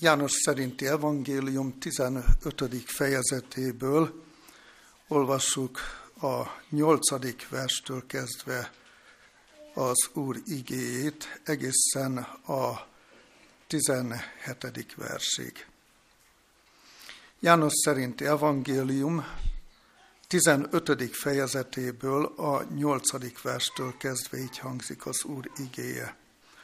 János szerinti evangélium 15. fejezetéből olvassuk a 8. verstől kezdve az Úr igéjét egészen a 17. versig. János szerinti evangélium 15. fejezetéből a 8. verstől kezdve így hangzik az Úr igéje.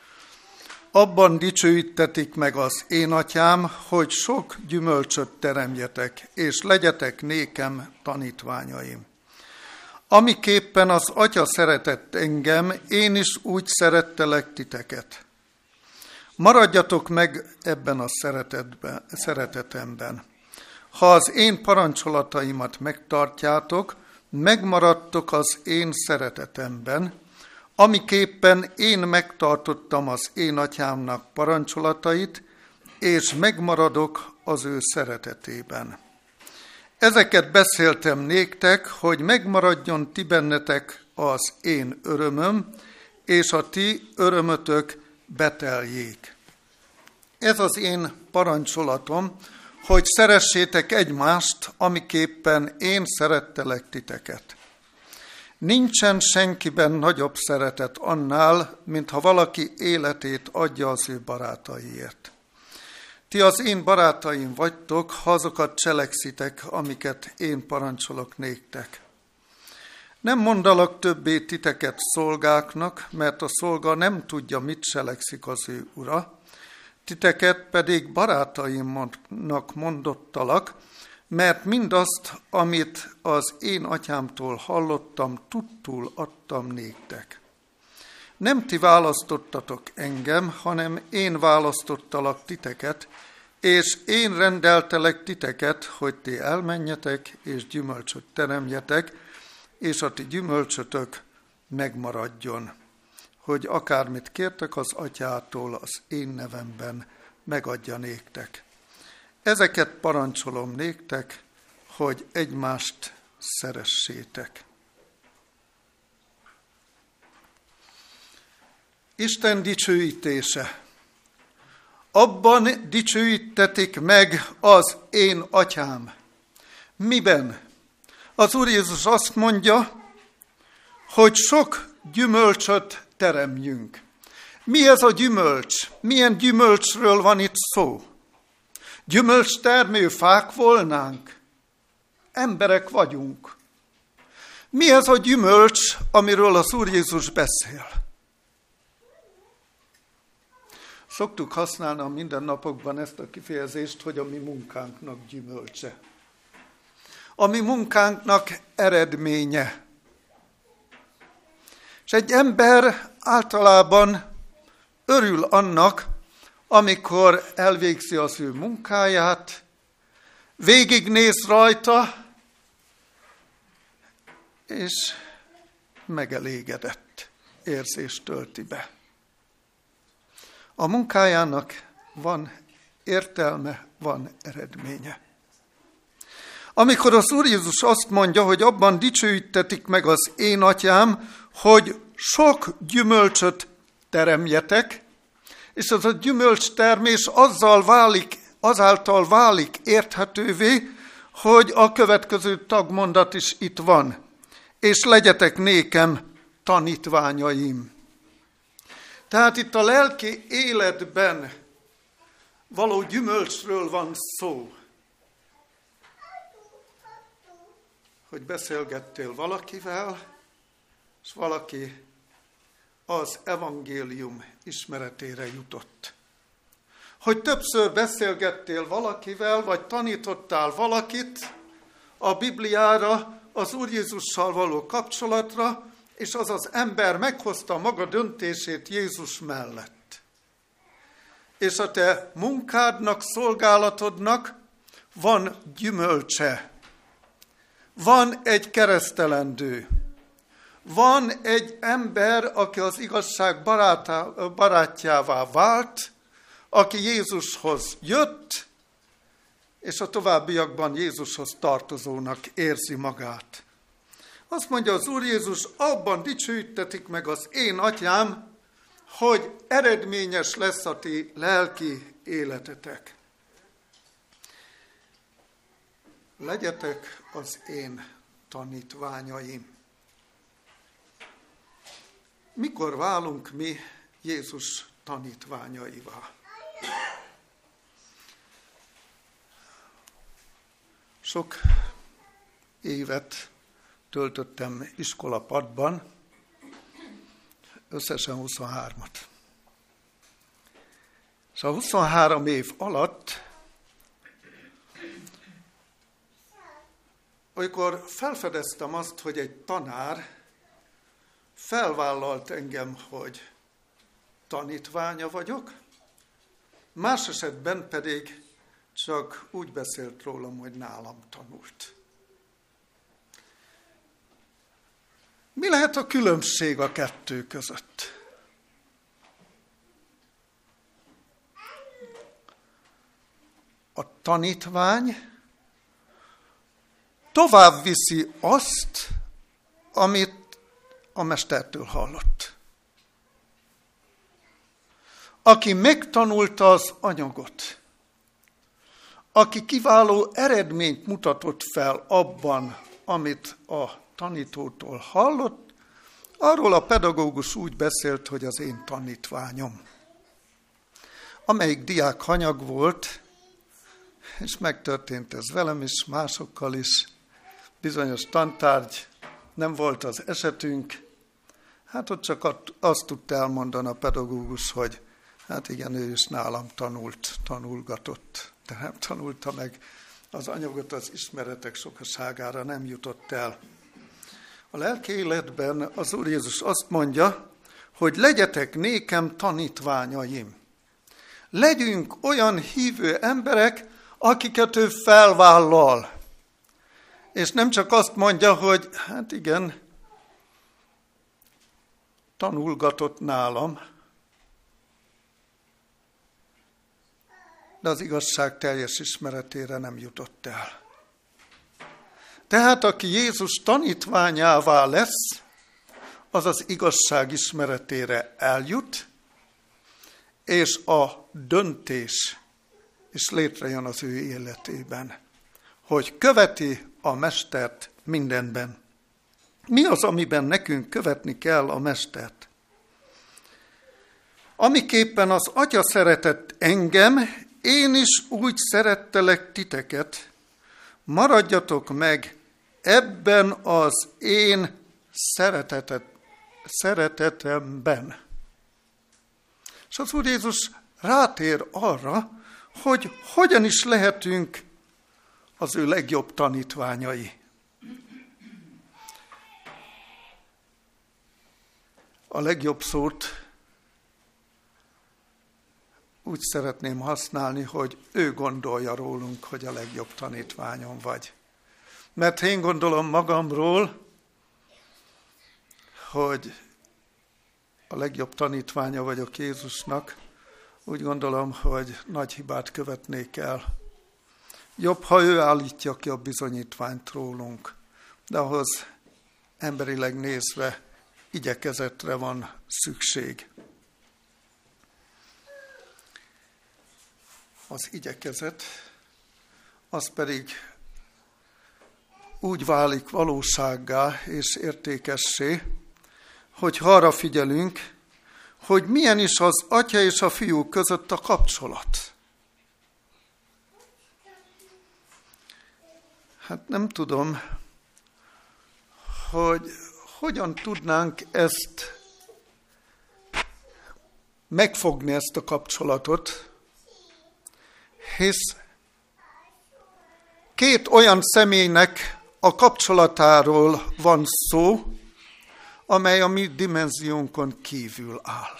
Abban dicsőítetik meg az én atyám, hogy sok gyümölcsöt teremjetek, és legyetek nékem tanítványaim. Amiképpen az atya szeretett engem, én is úgy szerettelek titeket. Maradjatok meg ebben a szeretetemben. Ha az én parancsolataimat megtartjátok, megmaradtok az én szeretetemben, amiképpen én megtartottam az én atyámnak parancsolatait, és megmaradok az ő szeretetében. Ezeket beszéltem néktek, hogy megmaradjon ti bennetek az én örömöm, és a ti örömötök beteljék. Ez az én parancsolatom, hogy szeressétek egymást, amiképpen én szerettelek titeket. Nincsen senkiben nagyobb szeretet annál, mint ha valaki életét adja az ő barátaiért. Ti az én barátaim vagytok, ha azokat cselekszitek, amiket én parancsolok néktek. Nem mondalak többé titeket szolgáknak, mert a szolga nem tudja, mit cselekszik az ő ura, titeket pedig barátaimnak mondottalak, mert mindazt, amit az én atyámtól hallottam, tudtul adtam néktek. Nem ti választottatok engem, hanem én választottalak titeket, és én rendeltelek titeket, hogy ti elmenjetek, és gyümölcsöt teremjetek, és a ti gyümölcsötök megmaradjon, hogy akármit kértek az atyától az én nevemben, megadja néktek. Ezeket parancsolom néktek, hogy egymást szeressétek. Isten dicsőítése. Abban dicsőítetik meg az én atyám. Miben? Az Úr Jézus azt mondja, hogy sok gyümölcsöt teremjünk. Mi ez a gyümölcs? Milyen gyümölcsről van itt szó? Gyümölcstermő fák volnánk? Emberek vagyunk. Mi ez a gyümölcs, amiről az Úr Jézus beszél? Szoktuk használni a mindennapokban ezt a kifejezést, hogy a mi munkánknak gyümölcse. A mi munkánknak eredménye. És egy ember általában örül annak, amikor elvégzi az ő munkáját, végignéz rajta, és megelégedett érzést tölti be. A munkájának van értelme, van eredménye. Amikor az Úr Jézus azt mondja, hogy abban dicsőítetik meg az én atyám, hogy sok gyümölcsöt teremjetek, és az a gyümölcstermés azáltal válik érthetővé, hogy a következő tagmondat is itt van. És legyetek nékem tanítványaim. Tehát itt a lelki életben való gyümölcsről van szó. Hogy beszélgettél valakivel, és valaki az evangélium ismeretére jutott. Hogy többször beszélgettél valakivel, vagy tanítottál valakit a Bibliára, az Úr Jézussal való kapcsolatra, és az az ember meghozta maga döntését Jézus mellett. És a te munkádnak, szolgálatodnak van gyümölcse. Van egy keresztelendő. Van egy ember, aki az igazság barátjává vált, aki Jézushoz jött, és a továbbiakban Jézushoz tartozónak érzi magát. Azt mondja az Úr Jézus, abban dicsőítetik meg az én atyám, hogy eredményes lesz a ti lelki életetek. legyetek az én tanítványaim. Mikor válunk mi Jézus tanítványaivá? Sok évet töltöttem iskolapadban, összesen 23-at. És a 23 év alatt, amikor felfedeztem azt, hogy egy tanár felvállalt engem, hogy tanítványa vagyok, más esetben pedig csak úgy beszélt rólam, hogy nálam tanult. Mi lehet a különbség a kettő között? A tanítvány tovább viszi azt, amit a mestertől hallott. Aki megtanulta az anyagot, aki kiváló eredményt mutatott fel abban, amit a tanítótól hallott, arról a pedagógus úgy beszélt, hogy az én tanítványom. Amelyik diák hanyag volt, és megtörtént ez velem is, másokkal is, bizonyos tantárgy nem volt az esetünk, hát ott csak azt tudta elmondani a pedagógus, hogy hát igen, ő is nálam tanulgatott, de nem tanulta meg az anyagot, az ismeretek sokaságára nem jutott el. A lelki életben az Úr Jézus azt mondja, hogy legyetek nékem tanítványaim. Legyünk olyan hívő emberek, akiket ő felvállal. És nem csak azt mondja, hogy hát igen, tanulgatott nálam, de az igazság teljes ismeretére nem jutott el. Tehát aki Jézus tanítványává lesz, az az igazság ismeretére eljut, és a döntés is létrejön az ő életében, hogy követi a mestert mindenben. Mi az, amiben nekünk követni kell a mestert? Amiképpen az Atya szeretett engem, én is úgy szerettelek titeket, maradjatok meg ebben az én szeretetemben. És az Úr Jézus rátér arra, hogy hogyan is lehetünk az ő legjobb tanítványai. A legjobb szót úgy szeretném használni, hogy ő gondolja rólunk, hogy a legjobb tanítványom vagy. Mert én gondolom magamról, hogy a legjobb tanítványa vagyok Jézusnak, úgy gondolom, hogy nagy hibát követnék el. Jobb, ha ő állítja ki a bizonyítványt rólunk, de ahhoz emberileg nézve igyekezetre van szükség. Az igyekezet, az pedig úgy válik valósággá és értékessé, hogy arra figyelünk, hogy milyen is az Atya és a Fiú között a kapcsolat. Hát nem tudom, hogy hogyan tudnánk ezt megfogni, ezt a kapcsolatot, hisz két olyan személynek a kapcsolatáról van szó, amely a mi dimenziónkon kívül áll.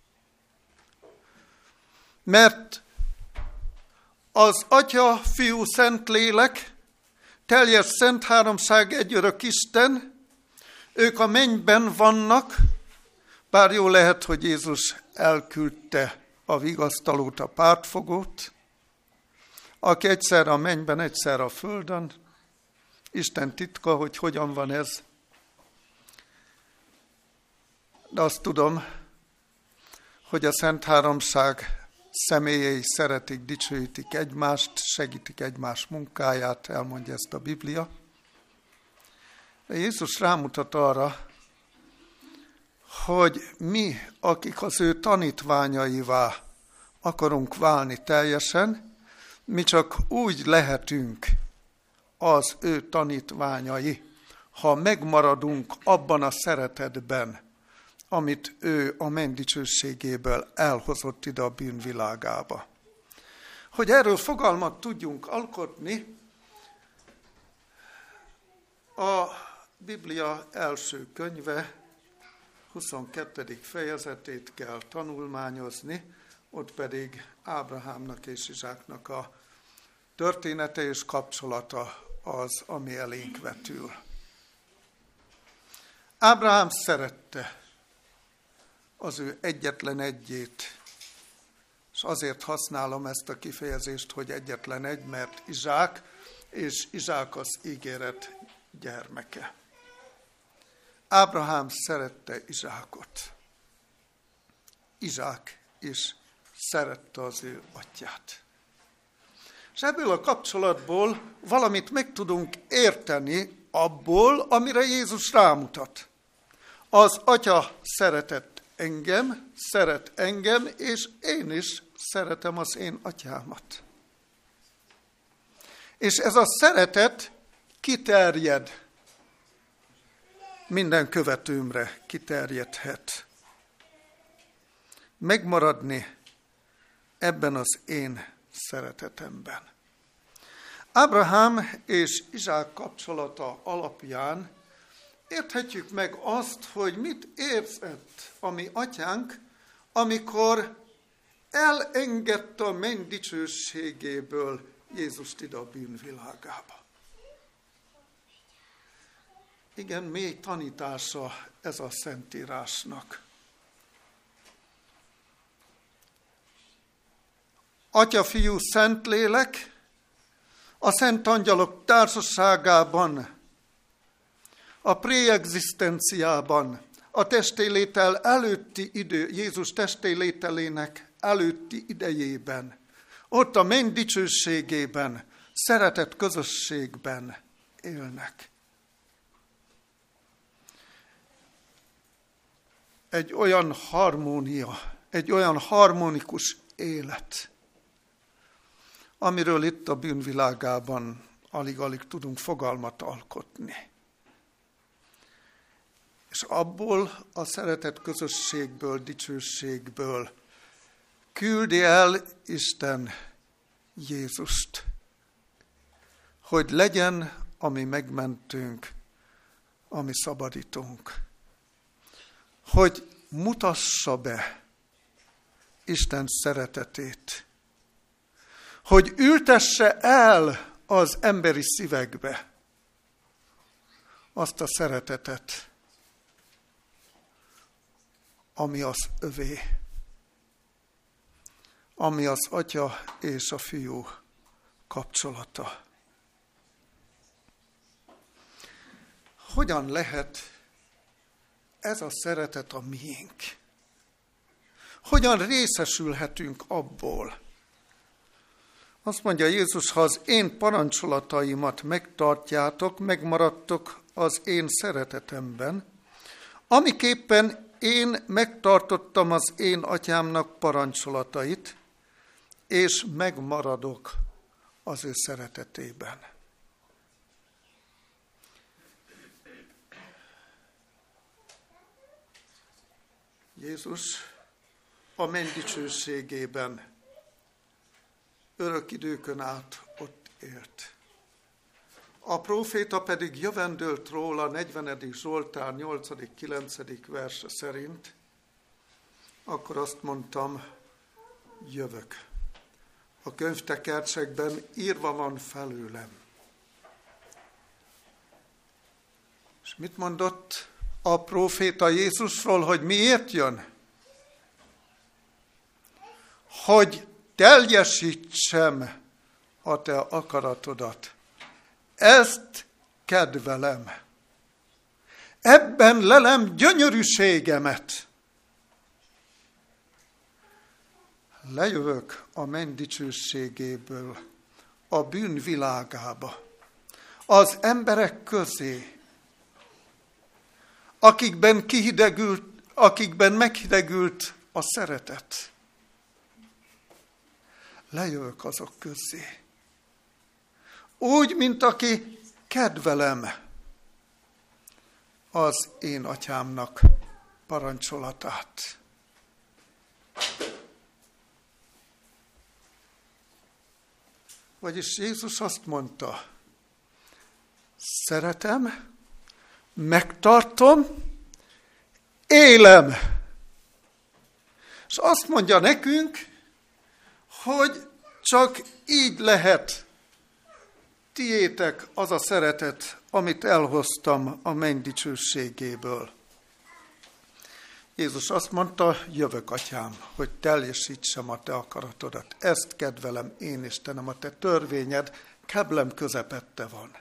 Mert az Atya, Fiú, Szentlélek, teljes szent háromság, egyörök Isten, ők a mennyben vannak, bár jó lehet, hogy Jézus elküldte a vigasztalót, a pártfogót, aki egyszer a mennyben, egyszer a földön. Isten titka, hogy hogyan van ez. De azt tudom, hogy a Szent Háromság személyei szeretik, dicsőítik egymást, segítik egymás munkáját, elmondja ezt a Biblia. De Jézus rámutat arra, hogy mi, akik az ő tanítványaivá akarunk válni teljesen, mi csak úgy lehetünk az ő tanítványai, ha megmaradunk abban a szeretetben, amit ő a menny dicsőségéből elhozott ide a bűnvilágába. Hogy erről fogalmat tudjunk alkotni, a Biblia első könyve 22. fejezetét kell tanulmányozni, ott pedig Ábrahámnak és Izsáknak a története és kapcsolata az, ami elénk vetül. Ábrahám szerette az ő egyetlen egyét, és azért használom ezt a kifejezést, hogy egyetlen egy, mert Izsák, és Izsák az ígéret gyermeke. Ábrahám szerette Izsákot. Izsák is szerette az ő atyát. És ebből a kapcsolatból valamit meg tudunk érteni abból, amire Jézus rámutat. Az atya szeret engem, és én is szeretem az én atyámat. És ez a szeretet kiterjed, minden követőmre kiterjedhet. Megmaradni ebben az én szeretetemben. Ábrahám és Izsák kapcsolata alapján érthetjük meg azt, hogy mit érzett a mi atyánk, amikor elengedte a menny dicsőségéből Jézust ide a bűnvilágába. Igen, mély tanítása ez a Szentírásnak. Atya, Fiú, Szentlélek a szent angyalok társaságában, a preexisztenciában, a testélétel előtti idő, Jézus testélételének előtti idejében, ott a menny dicsőségében, szeretett közösségben élnek. Egy olyan harmónia, egy olyan harmonikus élet, amiről itt a bűnvilágában alig-alig tudunk fogalmat alkotni. És abból a szeretett közösségből, dicsőségből küldi el Isten Jézust, hogy legyen a mi megmentőnk, a mi szabadítónk, hogy mutassa be Isten szeretetét, hogy ültesse el az emberi szívekbe azt a szeretetet, ami az övé, ami az atya és a fiú kapcsolata. Hogyan lehet ez a szeretet a miénk? Hogyan részesülhetünk abból? Azt mondja Jézus, ha az én parancsolataimat megtartjátok, megmaradtok az én szeretetemben, amiképpen én megtartottam az én atyámnak parancsolatait, és megmaradok az ő szeretetében. Jézus a menny dicsőségében örök időkön át ott élt. A próféta pedig jövendőlt róla 40. Zsoltár 8.-9. verse szerint, akkor azt mondtam, jövök. A könyvtekercsekben írva van felőlem. És mit mondott a próféta Jézusról, hogy miért jön? Hogy teljesítsem a te akaratodat. Ezt kedvelem. Ebben lelem gyönyörűségemet. lejövök a menny dicsőségéből a bűnvilágába, az emberek közé, akikben meghidegült a szeretet. Lejövök azok közé. Úgy, mint aki kedvelem az én atyámnak parancsolatát. Vagyis Jézus azt mondta, szeretem, megtartom, élem. És azt mondja nekünk, hogy csak így lehet tiétek az a szeretet, amit elhoztam a menny dicsőségéből. Jézus azt mondta, jövök, atyám, hogy teljesítsem a te akaratodat. Ezt kedvelem én, Istenem, a te törvényed keblem közepette van.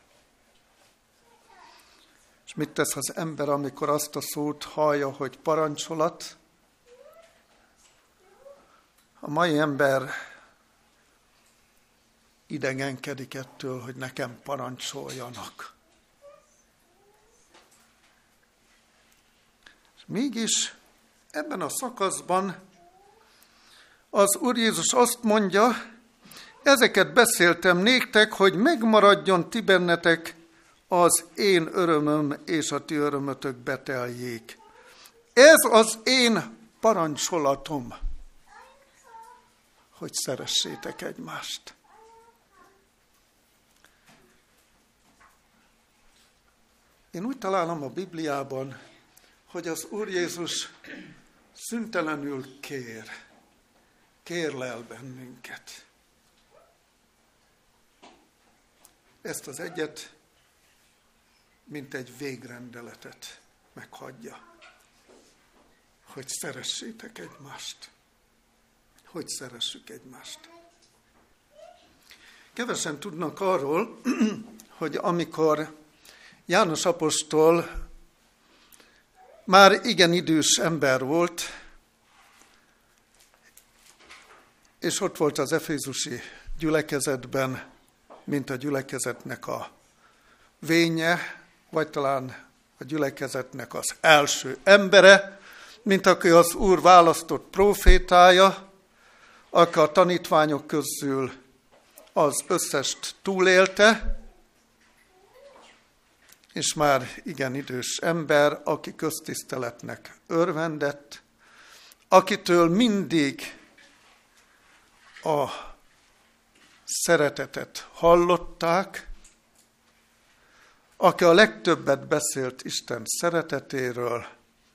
És mit tesz az ember, amikor azt a szót hallja, hogy parancsolat? A mai ember idegenkedik ettől, hogy nekem parancsoljanak. És mégis ebben a szakaszban az Úr Jézus azt mondja, ezeket beszéltem néktek, hogy megmaradjon ti bennetek az én örömöm és a ti örömötök beteljék. Ez az én parancsolatom, hogy szeressétek egymást. Én úgy találom a Bibliában, hogy az Úr Jézus szüntelenül kérlel bennünket. Ezt az egyet, mint egy végrendeletet meghagyja, hogy szeressétek egymást, hogy szeressük egymást. Kevesen tudnak arról, hogy amikor János apostol már igen idős ember volt, és ott volt az efézusi gyülekezetben, mint a gyülekezetnek a vénye, vagy talán a gyülekezetnek az első embere, mint aki az Úr választott prófétája, aki a tanítványok közül az összest túlélte, és már igen idős ember, aki köztiszteletnek örvendett, akitől mindig a szeretetet hallották, aki a legtöbbet beszélt Isten szeretetéről,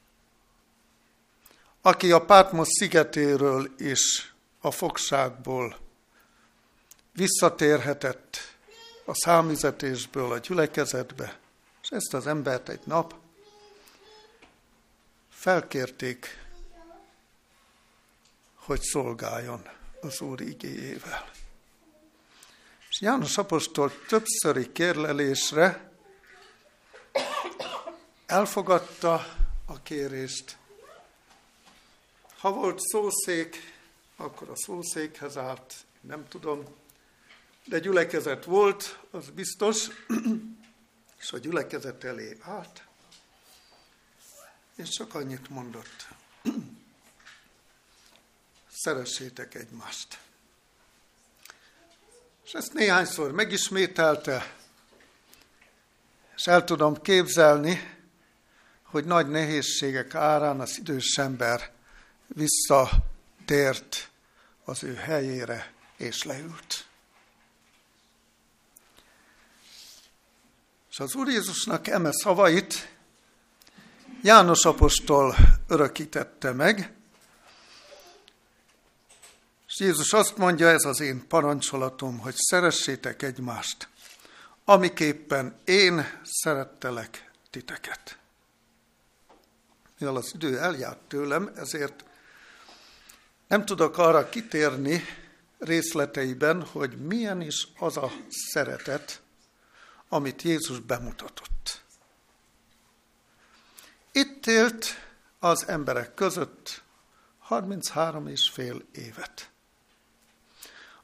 aki a Pátmos szigetéről is a fogságból visszatérhetett a számüzetésből a gyülekezetbe, és ezt az embert egy nap felkérték, hogy szolgáljon az Úr igéjével. És János apostol többszöri kérlelésre elfogadta a kérést. Ha volt szószék, akkor a szószékhez állt, nem tudom, de gyülekezet volt, az biztos, és a gyülekezet elé állt, és csak annyit mondott, szeressétek egymást. És ezt néhányszor megismételte, és el tudom képzelni, hogy nagy nehézségek árán az idős ember visszatért az ő helyére, és leült. És az Úr Jézusnak eme szavait János apostol örökítette meg, és Jézus azt mondja, ez az én parancsolatom, hogy szeressétek egymást, amiképpen én szerettelek titeket. Mivel az idő eljárt tőlem, ezért nem tudok arra kitérni részleteiben, hogy milyen is az a szeretet, amit Jézus bemutatott. Itt élt az emberek között 33,5 évet.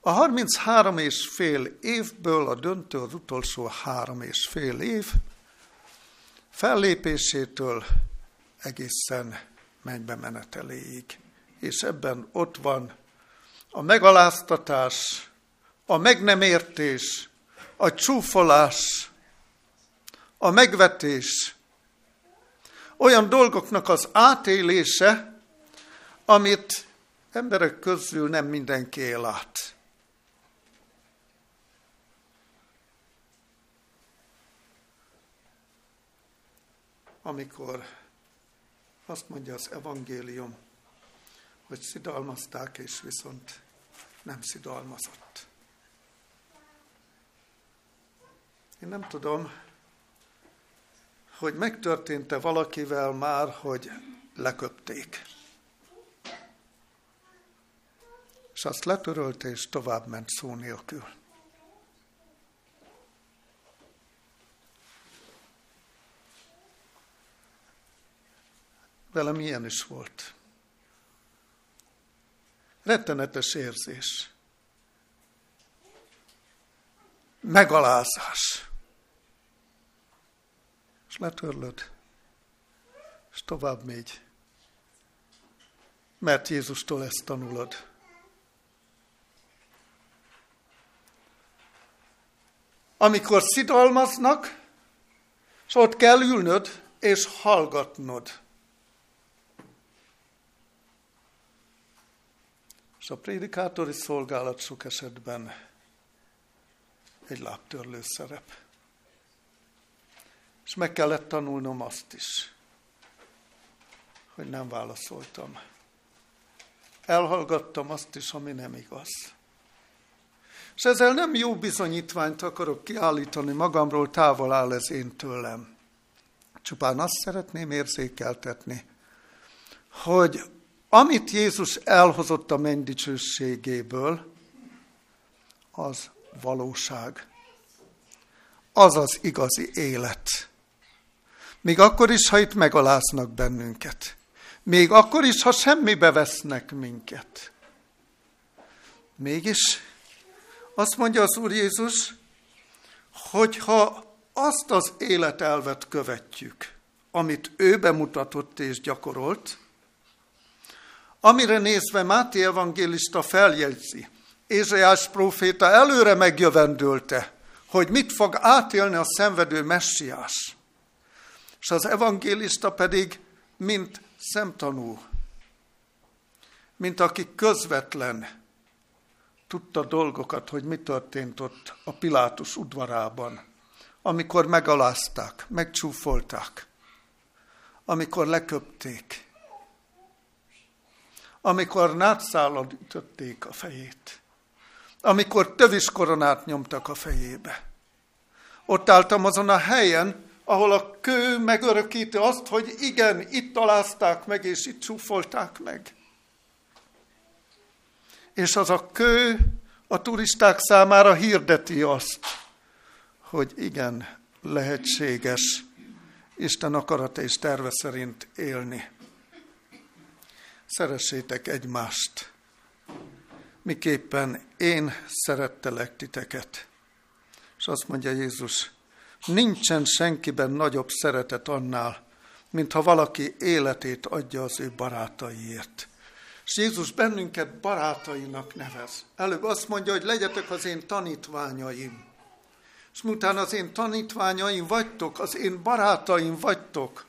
A 33,5 évből a döntő az utolsó 3,5 év fellépésétől egészen mennybe meneteléig. És ebben ott van a megaláztatás, a meg nem értés, a csúfolás, a megvetés, olyan dolgoknak az átélése, amit emberek közül nem mindenki él át. Amikor azt mondja az evangélium, hogy szidalmazták, és viszont nem szidalmazott. Én nem tudom, hogy megtörtént-e valakivel már, hogy leköpték. És azt letörölte, és tovább ment szó nélkül. Velem ilyen is volt. Rettenetes érzés. Megalázás. És letörlöd, és tovább megy. Mert Jézustól ezt tanulod. Amikor szidalmaznak, és ott kell ülnöd, és hallgatnod. És a prédikátori szolgálat sok esetben egy lábtörlő szerep. És meg kellett tanulnom azt is, hogy nem válaszoltam. Elhallgattam azt is, ami nem igaz. És ezzel nem jó bizonyítványt akarok kiállítani magamról, távol áll ez én tőlem. Csupán azt szeretném érzékeltetni, hogy amit Jézus elhozott a menny dicsőségéből, az valóság. Az az igazi élet. Még akkor is, ha itt megaláznak bennünket. Még akkor is, ha semmibe vesznek minket. Mégis azt mondja az Úr Jézus, hogy ha azt az életelvet követjük, amit ő bemutatott és gyakorolt, amire nézve Máté evangélista feljegyzi, Ézsaiás próféta előre megjövendölte, hogy mit fog átélni a szenvedő messiás. És az evangélista pedig, mint szemtanú, mint aki közvetlen tudta dolgokat, hogy mi történt ott a Pilátus udvarában, amikor megalázták, megcsúfolták, amikor leköpték, amikor nátszállal ütötték a fejét, amikor töviskoronát nyomtak a fejébe. Ott álltam azon a helyen, ahol a kő megörökíti azt, hogy igen, itt alázták meg, és itt csúfolták meg. És az a kő a turisták számára hirdeti azt, hogy igen, lehetséges Isten akarata és terve szerint élni. Szeressétek egymást, miképpen én szerettelek titeket. És azt mondja Jézus, nincsen senkiben nagyobb szeretet annál, mint ha valaki életét adja az ő barátaiért. És Jézus bennünket barátainak nevez. Előbb azt mondja, hogy legyetek az én tanítványaim. És miután az én tanítványaim vagytok, az én barátaim vagytok,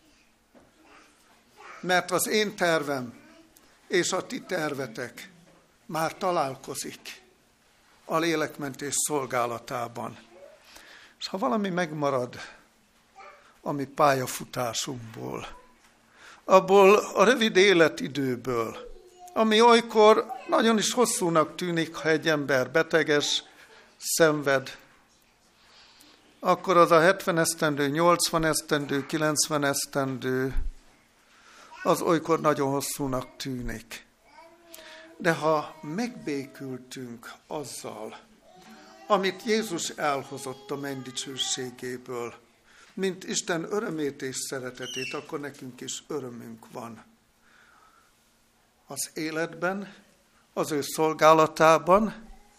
mert az én tervem és a ti tervetek már találkozik a lélekmentés szolgálatában. És ha valami megmarad a mi pályafutásunkból, abból a rövid életidőből, ami olykor nagyon is hosszúnak tűnik, ha egy ember beteges, szenved, akkor az a 70 esztendő, 80 esztendő, 90 esztendő, az olykor nagyon hosszúnak tűnik. De ha megbékültünk azzal, amit Jézus elhozott a menny dicsőségéből, mint Isten örömét és szeretetét, akkor nekünk is örömünk van. Az életben, az ő szolgálatában,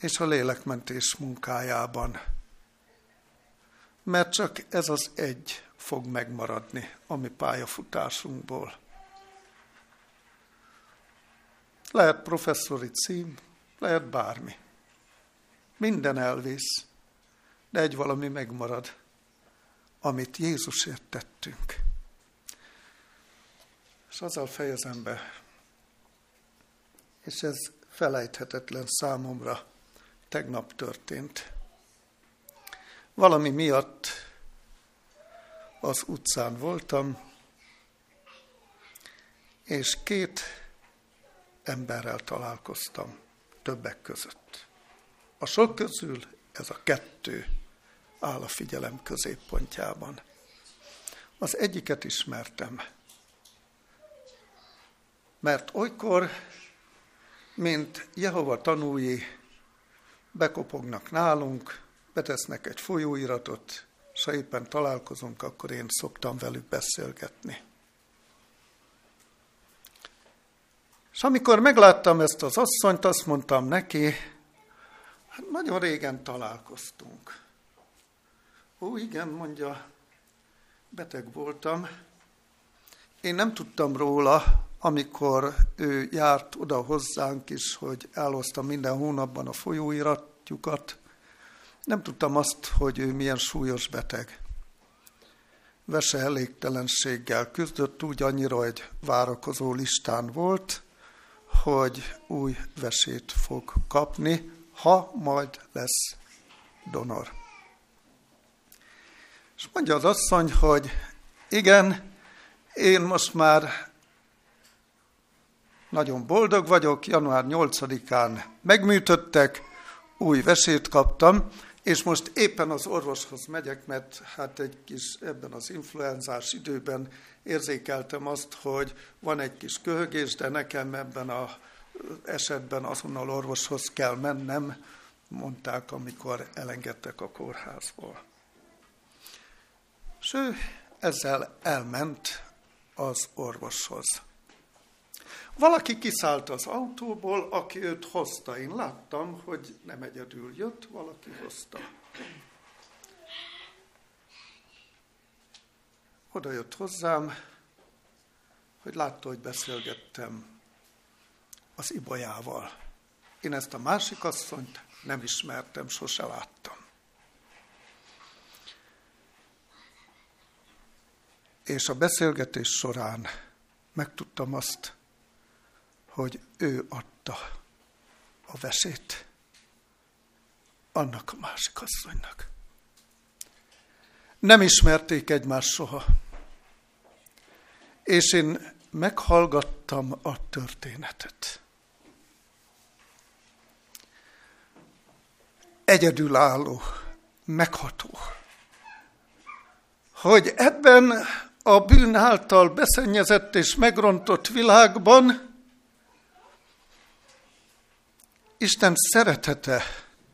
és a lélekmentés munkájában. Mert csak ez az egy fog megmaradni a mi pályafutásunkból. Lehet professzori cím, lehet bármi. Minden elvész, de egy valami megmarad, amit Jézusért tettünk. És azzal fejezem be, és ez felejthetetlen számomra, tegnap történt. Valami miatt az utcán voltam, és 2 emberrel találkoztam többek között. A sok közül ez a 2 áll a figyelem középpontjában. Az egyiket ismertem, mert olykor, mint Jehova tanúi, bekopognak nálunk, betesznek egy folyóiratot, és ha éppen találkozunk, akkor én szoktam velük beszélgetni. És amikor megláttam ezt az asszonyt, azt mondtam neki, hát nagyon régen találkoztunk. Ó, igen, mondja, beteg voltam. Én nem tudtam róla, amikor ő járt oda hozzánk is, hogy elhozta minden hónapban a folyóiratjukat. Nem tudtam azt, hogy ő milyen súlyos beteg. Vese elégtelenséggel küzdött, úgy annyira, hogy várakozó listán volt, hogy új vesét fog kapni, ha majd lesz donor. És mondja az asszony, hogy igen, én most már nagyon boldog vagyok, január 8-án megműtöttek, új vesét kaptam, és most éppen az orvoshoz megyek, mert hát egy kis ebben az influenzás időben érzékeltem azt, hogy van egy kis köhögés, de nekem ebben az esetben azonnal orvoshoz kell mennem, mondták, amikor elengedtek a kórházból. És ő ezzel elment az orvoshoz. Valaki kiszállt az autóból, aki őt hozta. Én láttam, hogy nem egyedül jött, valaki hozta. Oda jött hozzám, hogy látta, hogy beszélgettem az Ibolyával. Én ezt a másik asszonyt nem ismertem, sose láttam. És a beszélgetés során megtudtam azt, hogy ő adta a vesét annak a másik asszonynak. Nem ismerték egymást soha. És én meghallgattam a történetet. Egyedülálló, megható. Hogy ebben a bűn által beszennyezett és megrontott világban Isten szeretete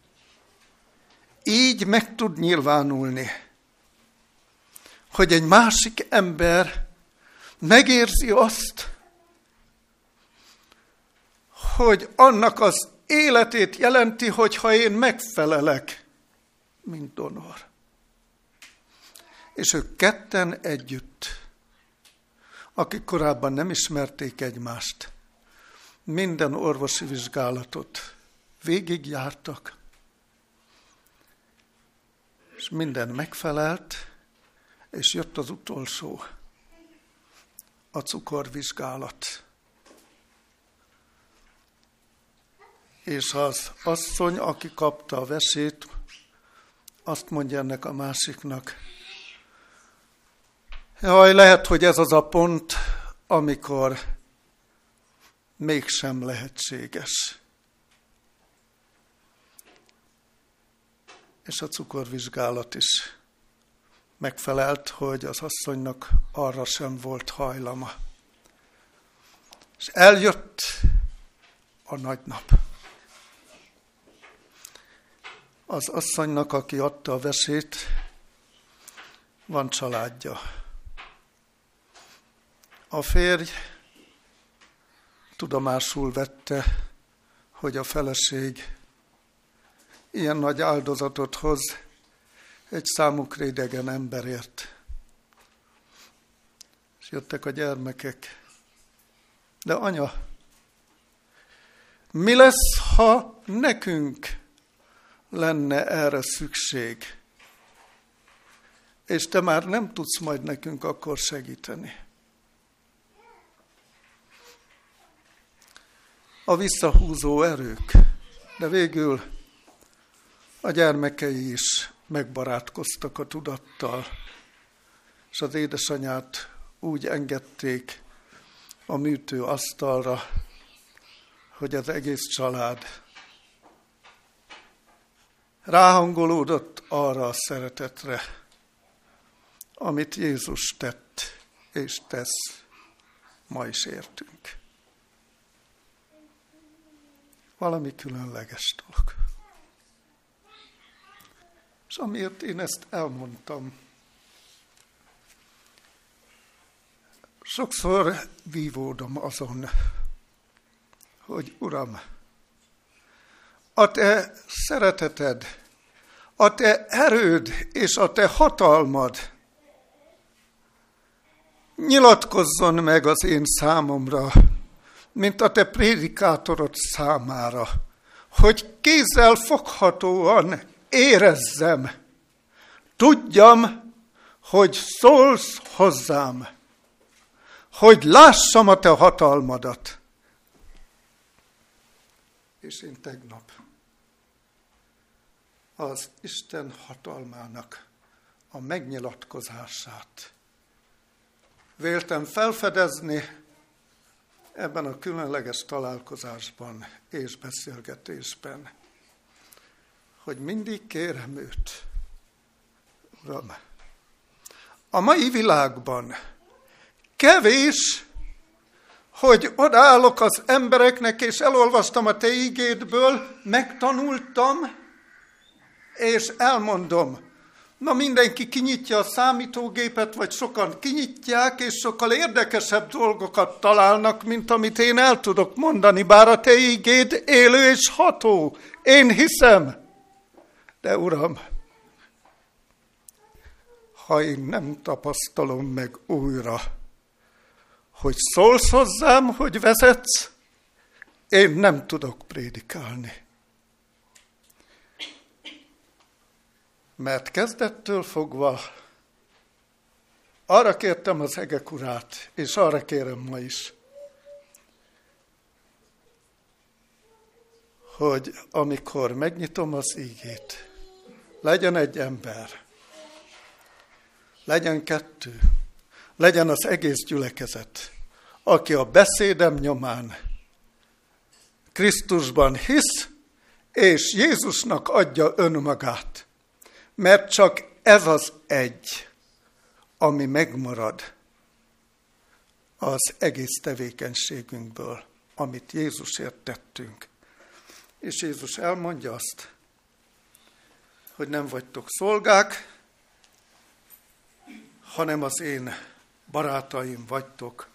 így meg tud nyilvánulni, hogy egy másik ember megérzi azt, hogy annak az életét jelenti, hogyha én megfelelek, mint donor. És ők 2 együtt, akik korábban nem ismerték egymást, minden orvosi vizsgálatot végigjártak, és minden megfelelt, és jött az utolsó, a cukorvizsgálat. És az asszony, aki kapta a vesét, azt mondja ennek a másiknak, jaj, lehet, hogy ez az a pont, amikor mégsem lehetséges. És a cukorvizsgálat is megfelelt, hogy az asszonynak arra sem volt hajlama. És eljött a nagy nap. Az asszonynak, aki adta a vesét, van családja. A férj tudomásul vette, hogy a feleség ilyen nagy áldozatot hoz egy számukra idegen emberért. És jöttek a gyermekek. De anya, mi lesz, ha nekünk lenne erre szükség? És te már nem tudsz majd nekünk akkor segíteni. A visszahúzó erők, de végül a gyermekei is megbarátkoztak a tudattal, és az édesanyát úgy engedték a műtő asztalra, hogy az egész család ráhangolódott arra a szeretetre, amit Jézus tett és tesz ma is értünk. Valami különleges dolog. És amiért én ezt elmondtam, sokszor vívódom azon, hogy Uram, a te szereteted, a te erőd és a te hatalmad nyilatkozzon meg az én számomra, mint a te prédikátorod számára, hogy kézzel foghatóan érezzem, tudjam, hogy szólsz hozzám, hogy lássam a te hatalmadat. És én tegnap az Isten hatalmának a megnyilatkozását véltem felfedezni ebben a különleges találkozásban és beszélgetésben, hogy mindig kérem őt, Uram, a mai világban kevés, hogy odaállok az embereknek, és elolvastam a te ígédből, megtanultam, és elmondom. Na, mindenki kinyitja a számítógépet, vagy sokan kinyitják, és sokkal érdekesebb dolgokat találnak, mint amit én el tudok mondani, bár a te ígéd élő és ható. Én hiszem. De Uram, ha én nem tapasztalom meg újra, hogy szólsz hozzám, hogy vezetsz, én nem tudok prédikálni. Mert kezdettől fogva arra kértem az egek urát, és arra kérem ma is, hogy amikor megnyitom az ígét, legyen egy ember, legyen kettő, legyen az egész gyülekezet, aki a beszédem nyomán Krisztusban hisz, és Jézusnak adja önmagát. Mert csak ez az egy, ami megmarad az egész tevékenységünkből, amit Jézusért tettünk. És Jézus elmondja azt, hogy nem vagytok szolgák, hanem az én barátaim vagytok.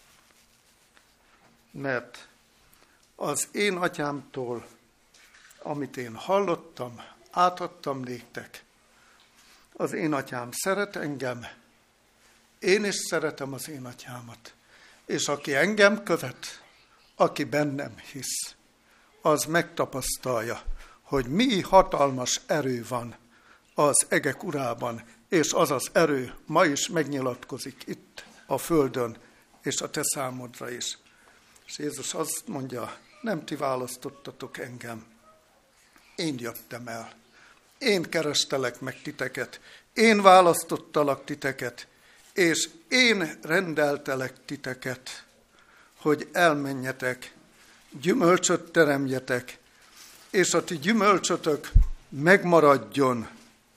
Mert az én atyámtól, amit én hallottam, átadtam néktek. Az én atyám szeret engem, én is szeretem az én atyámat. És aki engem követ, aki bennem hisz, az megtapasztalja, hogy mi hatalmas erő van az egek urában, és az az erő ma is megnyilatkozik itt a földön, és a te számodra is. És Jézus azt mondja, nem ti választottatok engem, én jöttem el. Én kerestelek meg titeket, én választottalak titeket, és én rendeltelek titeket, hogy elmenjetek, gyümölcsöt teremjetek, és a ti gyümölcsötök megmaradjon.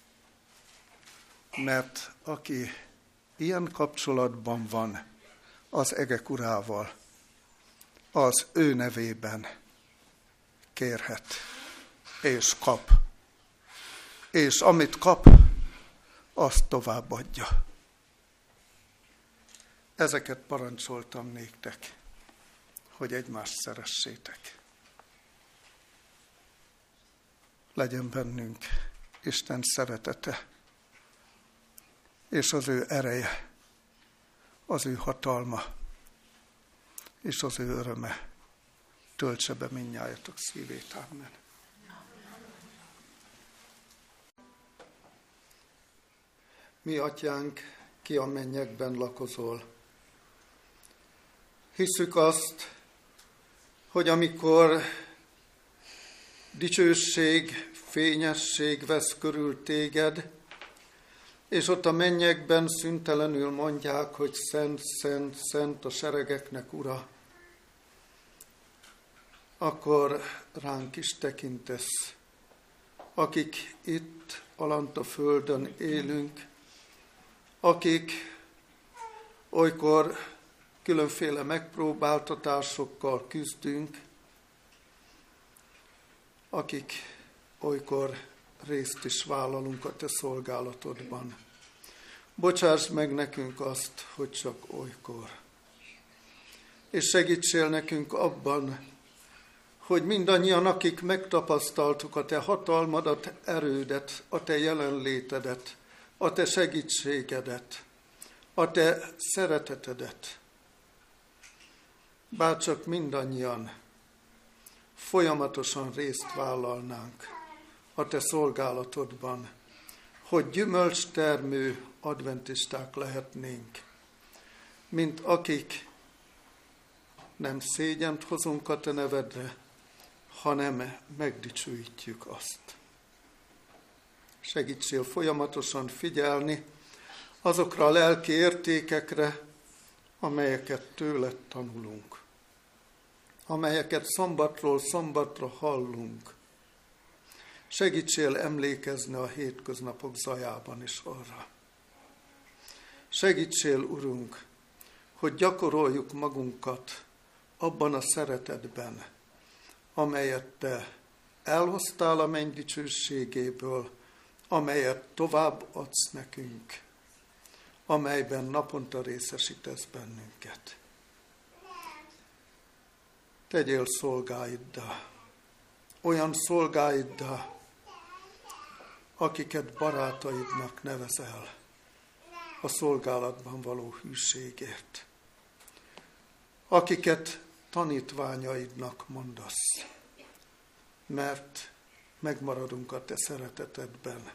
Mert aki ilyen kapcsolatban van az egek urával, az ő nevében kérhet és kap. És amit kap, azt továbbadja. Ezeket parancsoltam néktek, hogy egymást szeressétek. legyen bennünk Isten szeretete, és az ő ereje, az ő hatalma, és az ő öröme töltse be mindnyájatok szívét. Amen. Mi atyánk, ki a mennyekben lakozol. Hisszük azt, hogy amikor dicsőség, fényesség vesz körül téged, és ott a mennyekben szüntelenül mondják, hogy szent, szent, szent a seregeknek ura, akkor ránk is tekintesz, akik itt alant a földön élünk, akik olykor különféle megpróbáltatásokkal küzdünk, akik olykor részt is vállalunk a te szolgálatodban. Bocsáss meg nekünk azt, hogy csak olykor. És segítsél nekünk abban, hogy mindannyian, akik megtapasztaltuk a te hatalmadat, erődet, a te jelenlétedet, a te segítségedet, a te szeretetedet, bárcsak mindannyian folyamatosan részt vállalnánk a te szolgálatodban, hogy gyümölcstermő adventisták lehetnénk, mint akik nem szégyent hozunk a te nevedre, hanem megdicsőítjük azt. Segítsél folyamatosan figyelni azokra a lelki értékekre, amelyeket tőled tanulunk, amelyeket szombatról szombatra hallunk. Segítsél emlékezni a hétköznapok zajában is arra. Segítsél, Urunk, hogy gyakoroljuk magunkat abban a szeretetben, amelyet te elhoztál a menny dicsőségéből, amelyet tovább adsz nekünk, amelyben naponta részesítesz bennünket. Tegyél szolgáiddá, olyan szolgáiddá, akiket barátaidnak nevezel a szolgálatban való hűségért, akiket tanítványaidnak mondasz, mert megmaradunk a te szeretetedben,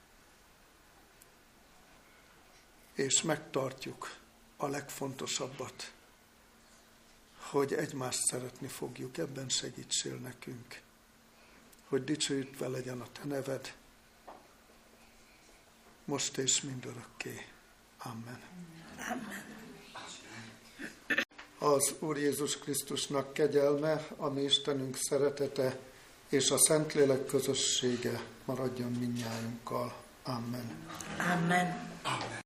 és megtartjuk a legfontosabbat, hogy egymást szeretni fogjuk. Ebben segítsél nekünk, hogy dicsőítve legyen a te neved, most és mindörökké. Amen. Amen. Az Úr Jézus Krisztusnak kegyelme, a mi Istenünk szeretete és a Szentlélek közössége maradjon mindnyájunkkal. Amen. Amen.